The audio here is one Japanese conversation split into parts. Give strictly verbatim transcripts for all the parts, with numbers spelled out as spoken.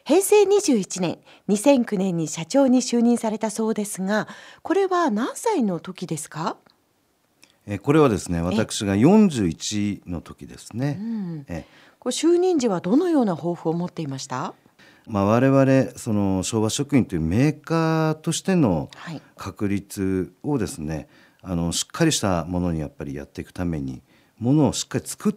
へいせいにじゅういちねん、にせんきゅうねんに社長に就任されたそうですが、これは何歳の時ですか？ えこれはですね、 え私がよんじゅういちの時ですうね。 ん、 えこう就任時はどのような抱負を持っていました？ まあ、我々その昭和食品というメーカーとしてのはい。 確立をですね、あのしっかりしたものにやっぱりやっていくために、ものをしっかり作って、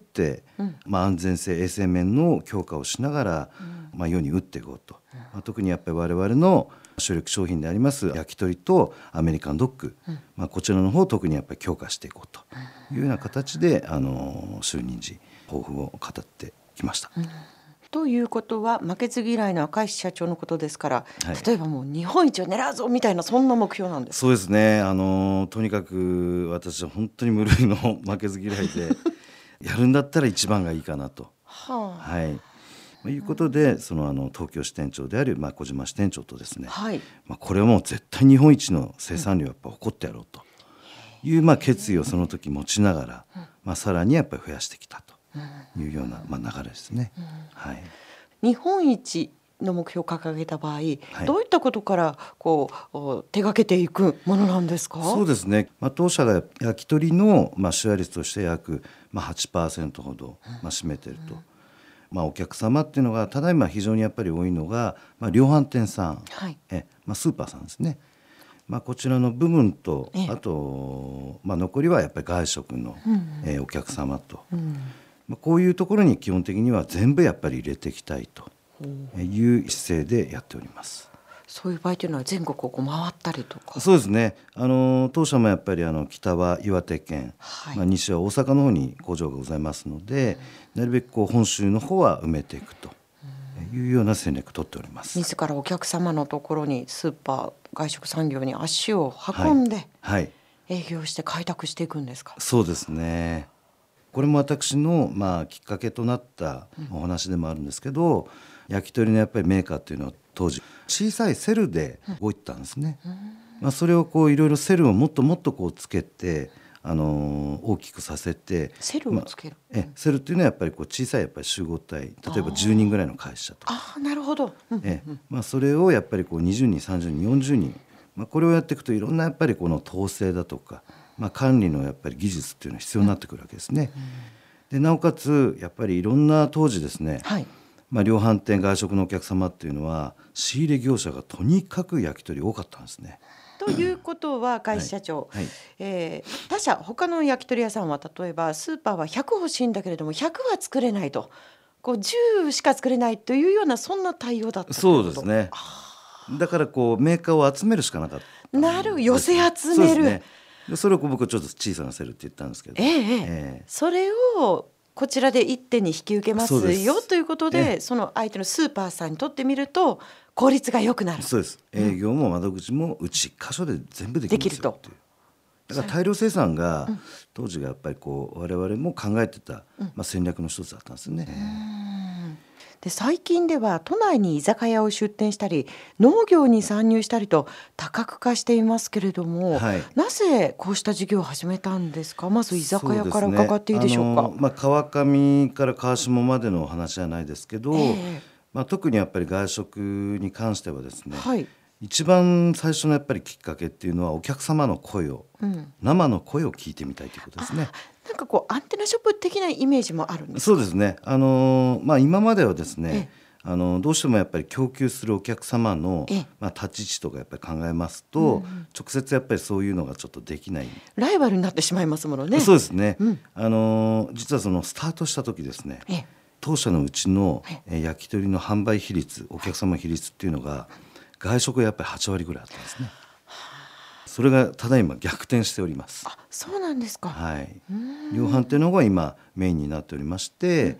うんまあ、安全性衛生面の強化をしながら、 うんまあ、世に打っていこうと、まあ、特にやっぱり我々の主力商品であります焼き鳥とアメリカンドッグ、 うんまあ、こちらの方を特にやっぱり強化していこうというような形で、あの就任時抱負を語ってきました。 ということは負けず嫌いの赤石社長のことですから、 はい例えばもう日本一を狙うぞみたいなそんな目標なんですか？ そうですね、あのとにかく私は本当に無類の負けず嫌いでやるんだったら一番がいいかなと、 はあ、 はい、まあいうことで、そのあの東京支店長である、まあ、小島支店長とですね、 はい。 まあ、これはもう絶対日本一の生産量をやっぱ誇ってやろうという、まあ、決意をその時持ちながら、まあ、さらにやっぱり増やしてきたというような、まあ、流れですね。はい日本一の目標を掲げた場合、 はい、 どういったことからこうお手がけていくものなんですか？ そうですね、まあ、当社が焼き鳥の、まあ、シェア率として約、まあ、はちパーセント ほど、まあ、占めていると、まあ、お客様っていうのがただいま非常にやっぱり多いのが、まあ、量販店さん、 はい。 え、まあ、スーパーさんですね、まあ、こちらの部分とええあと、まあ、残りはやっぱり外食の、 うんえーお客様と、 うんまあ、こういうところに基本的には全部やっぱり入れていきたいという姿勢でやっております。 そういう場合というのは全国をこう回ったりとか。 そうですね、あの当社もやっぱりあの北は岩手県、 はい。 まあ、西は大阪の方に工場がございますので、なるべくこう本州の方は埋めていくというような戦略を取っております。 自らお客様のところにスーパー外食産業に足を運んではい、 営業して開拓していくんですか？ そうですね、これも私の、まあ、きっかけとなったお話でもあるんですけど、焼き鳥のやっぱりメーカーっていうのは当時小さいセルで動いてたんですね。まあ、それをこういろいろセルをもっともっとこうつけて、あのー大きくさせて、 セルをつける。 まあえセルっていうのはやっぱりこう小さいやっぱり集合体、例えばじゅうにんぐらいの会社とか、 ああ、なるほど。うんえまあ、それをやっぱりこうにじゅうにんさんじゅうにんよんじゅうにん、まあ、これをやっていくといろんなやっぱりこの統制だとか、まあ、管理のやっぱり技術っていうのが必要になってくるわけですね。でなおかつやっぱりいろんな当時ですね、 はい。 まあ、量販店外食のお客様っていうのは仕入れ業者がとにかく焼き鳥多かったんですね。 ということは赤石社長、 はい、 えー他社他の焼き鳥屋さんは例えばスーパーはひゃく欲しいんだけれどもひゃくは作れないと、こうじゅうしか作れないというようなそんな対応だったということ。 そうですね、だからこうメーカーを集めるしかなかったんです。 なる寄せ集そうめる。 ですね、でそれをこう僕はちょっと小さなセルって言ったんですけど、 ええええええそれをこちらで一手に引き受けますそうですよということで、 えその相手のスーパーさんにとってみると効率が良くなる。 そうです、営業も窓口もうち一箇所で全部できますよできるとっていう。だから大量生産が当時がやっぱりこう我々も考えてた、まあ、戦略の一つだったんですね。 で最近では都内に居酒屋を出店したり農業に参入したりと多角化していますけれども、 はい、 なぜこうした事業を始めたんですか？まず居酒屋からそうですね、 伺っていいでしょうか？ あのまあ、川上から川下までのお話じゃないですけど、 ええまあ、特にやっぱり外食に関してはですね、 はい一番最初のやっぱりきっかけっていうのはお客様の声を、 うん生の声を聞いてみたいということですね。 なんかこうアンテナショップ的なイメージもあるんですか？ そうですね、あのまあ、今まではですね、 えあのどうしてもやっぱり供給するお客様のええ、 まあ、立ち位置とかやっぱり考えますと、 うんうん直接やっぱりそういうのがちょっとできない、 ライバルになってしまいますものね。 そうですね、 うんあの実はそのスタートした時ですね、 ええ当社のうちのええー焼き鳥の販売比率、お客様比率っていうのが外食がやっぱりはちわりぐらいあったんですね。それがただいま逆転しております。 あ、そうなんですか。 はい、 うーん量販店の方が今メインになっておりまして、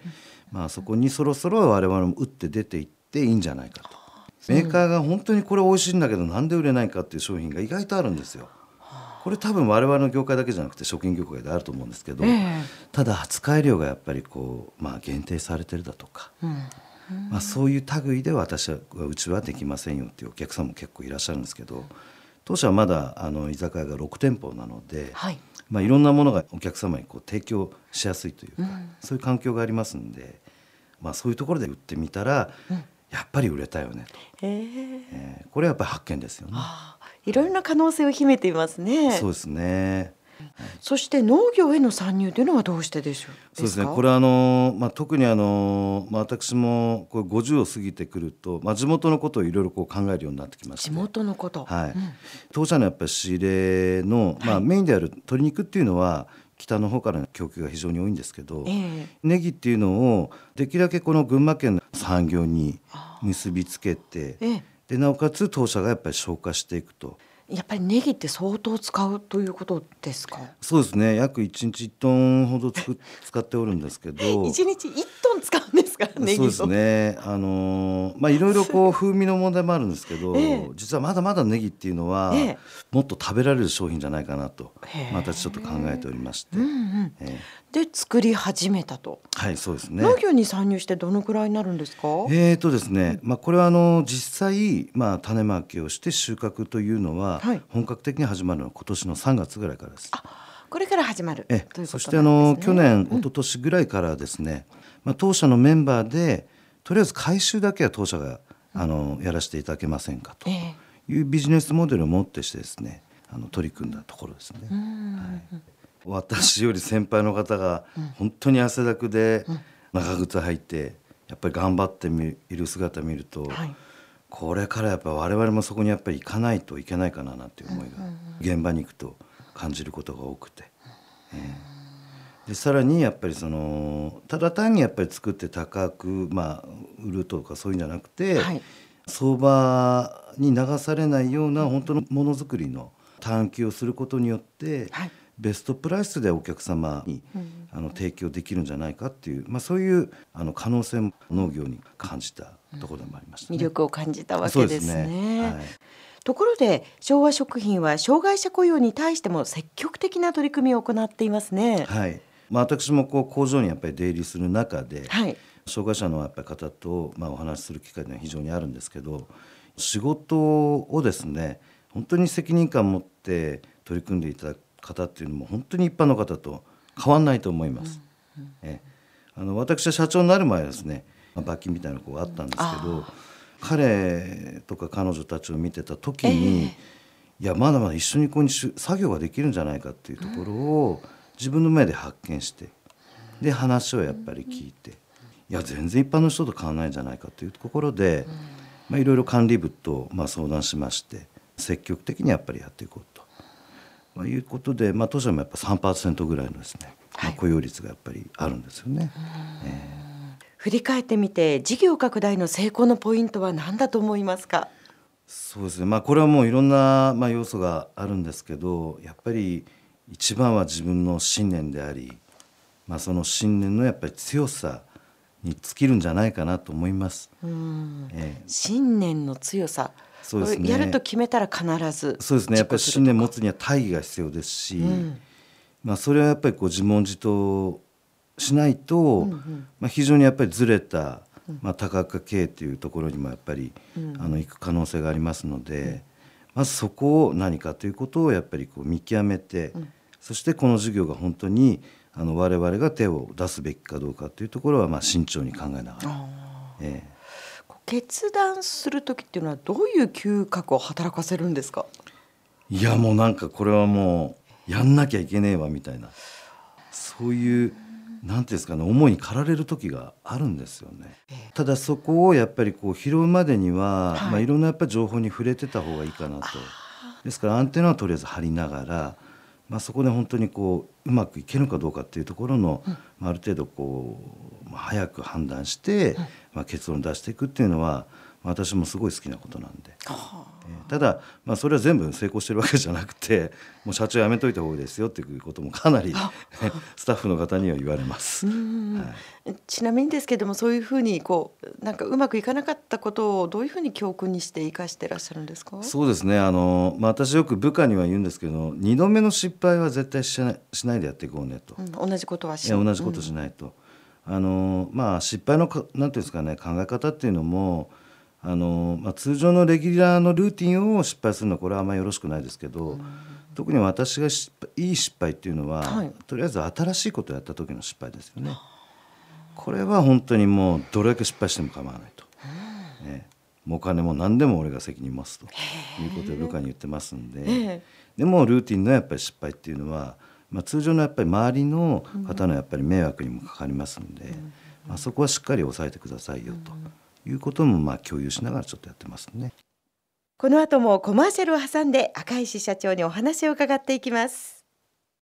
まあ、そこにそろそろ我々も打って出ていっていいんじゃないかと。メーカーが本当にこれ美味しいんだけどなんで売れないかっていう商品が意外とあるんですよ。これ多分我々の業界だけじゃなくて食品業界であると思うんですけど、 ええただ扱い量がやっぱりこう、まあ、限定されてるだとか、 うんまあ、そういう類で私はうちはできませんよっていうお客さんも結構いらっしゃるんですけど、当社はまだあの居酒屋がろく店舗なので、 はいまあ、いろんなものがお客様にこう提供しやすいというか、 うんそういう環境がありますんで、まあ、そういうところで売ってみたら、 うんやっぱり売れたよねと、 えーえーこれはやっぱり発見ですよね。 ああ、いろいろな可能性を秘めていますね。 そうですね。 そして農業への参入というのはどうしてでしょうそうですね。 か。 これはあの、まあ、特にあの、まあ、私もこれごじゅうを過ぎてくると、まあ、地元のことをいろいろこう考えるようになってきまして、 地元のこと、 はいうん当社のやっぱり仕入れの、まあ、 はいメインである鶏肉っていうのは北の方からの供給が非常に多いんですけど、 ええネギっていうのをできるだけこの群馬県の産業に結びつけて、 ええでなおかつ当社がやっぱり消化していくと。 やっぱりネギって相当使うということですか。 そうですね。約いちにちいっトンほどつく使っておるんですけど一日一トン使うんですか、ネギを。 そうですね。あのーまあいろいろこう風味の問題もあるんですけど、 ええ実はまだまだネギっていうのは、 ええもっと食べられる商品じゃないかなと、 へえまあ私ちょっと考えておりまして、 うんうんえで作り始めたと、 えはいそうですね。 農業に参入してどのくらいになるんですか。 えーとですね、まあ、これはあの実際、まあ、種まきをして収穫というのは、 はい本格的に始まるのは今年のさんがつぐらいからです。 これから始まるえということなんですね。 そしてあの去年一昨年ぐらいからですね、まあ、当社のメンバーでとりあえず回収だけは当社があのやらせていただけませんかとええいうビジネスモデルをもってしてですね、あの取り組んだところですね。 うん私より先輩の方が本当に汗だくで長靴履いてやっぱり頑張ってみいる姿を見ると、 はいこれからやっぱ我々もそこにやっぱり行かないといけないかななんていう思いが現場に行くと感じることが多くて、えーでさらにやっぱりそのただ単にやっぱり作って高く、まあ、売るとかそういうんじゃなくて、 はい相場に流されないような本当のものづくりの探求をすることによって、 はいベストプライスでお客様に、あの提供できるんじゃないかっていう、まあ、そういうあの可能性も農業に感じたところでもありましたね。 魅力を感じたわそうでけですすねね。 はいところで昭和食品は障害者雇用に対しても積極的な取り組みを行っていますね。 はいまあ、私もこう工場にやっぱり出入りする中で、 はい障害者のやっぱり方と、まあ、お話しする機会が非常にあるんですけど、仕事をですね本当に責任感を持って取り組んでいただく方っていうのも本当に一般の方と変わんないと思います。えあの私は社長になる前はですね、まあ、罰金みたいな子があったんですけど、彼とか彼女たちを見てた時に、 えいやまだまだ一緒にここにし作業ができるんじゃないかっていうところを自分の目で発見して、で話をやっぱり聞いて、いや全然一般の人と変わらないんじゃないかというところで、まあ、いろいろ管理部とまあ相談しまして、積極的にやっぱりやっていこうと、まあ、いうことで、まあ、当社もやっぱ さんパーセント ぐらいのですね、まあ、雇用率がやっぱりあるんですよね。えー振り返ってみて事業拡大の成功のポイントは何だと思いますか。 そうですね、まあ、これはもういろんな、まあ、要素があるんですけど、やっぱり一番は自分の信念であり、まあ、その信念のやっぱり強さに尽きるんじゃないかなと思います。 うんええ信念の強さ、 そうですねこれやると決めたら必ずそうですね、やっぱり実行するとか信念持つには大義が必要ですし、 うんまあ、それはやっぱりこう自問自答しないと、 うんうんまあ、非常にやっぱりずれた、まあ、多角化経営というところにもやっぱり、 うんあの行く可能性がありますので、まずそこを何かということをやっぱりこう見極めて、そしてこの事業が本当にあの我々が手を出すべきかどうかというところはまあ慎重に考えながら、ええ決断する時っていうのはどういう嗅覚を働かせるんですか。 いやもうなんかこれはもうやんなきゃいけねえわみたいな、そういうなんていうんですかね、思いに駆られる時があるんですよね。ただそこをやっぱりこう拾うまでには、 はいいまあ、いろんなやっぱり情報に触れてた方がいいかなと。ですからアンテナはとりあえず張りながら、まあ、そこで本当にこううまくいけるかどうかっていうところの、まあ、ある程度こう、まあ、早く判断して、まあ、結論を出していくっていうのは、まあ私もすごい好きなことなんで。ただ、まあ、それは全部成功してるわけじゃなくて、もう社長辞めといた方がいいですよっていうこともかなりスタッフの方には言われます。はい、 ちなみにですけども、そういうふうにこうなんかうまくいかなかったことをどういうふうに教訓にして生かしてらっしゃるんですか。 そうですね、あの、まあ、私よく部下には言うんですけど、にどめの失敗は絶対しない、しないでやっていこうねと、 うん、同じことはしいや同じことしないと、あの、まあ、失敗のかなんていうんですかね、考え方っていうのもあの、まあ、通常のレギュラーのルーティンを失敗するのはこれはあんまりよろしくないですけど、特に私が失敗いい失敗っていうのは、 はい、 とりあえず新しいことをやった時の失敗ですよね。これは本当にもうどれだけ失敗しても構わないと、 ええ、もうお金も何でも俺が責任持つということを部下に言ってますんで、 ええ、 でもルーティンのやっぱり失敗っていうのは、まあ、通常のやっぱり周りの方のやっぱり迷惑にもかかりますんで、まあ、そこはしっかり抑えてくださいよということもまあ共有しながらちょっとやってますね。 この後もコマーシャルを挟んで赤石社長にお話を伺っていきます。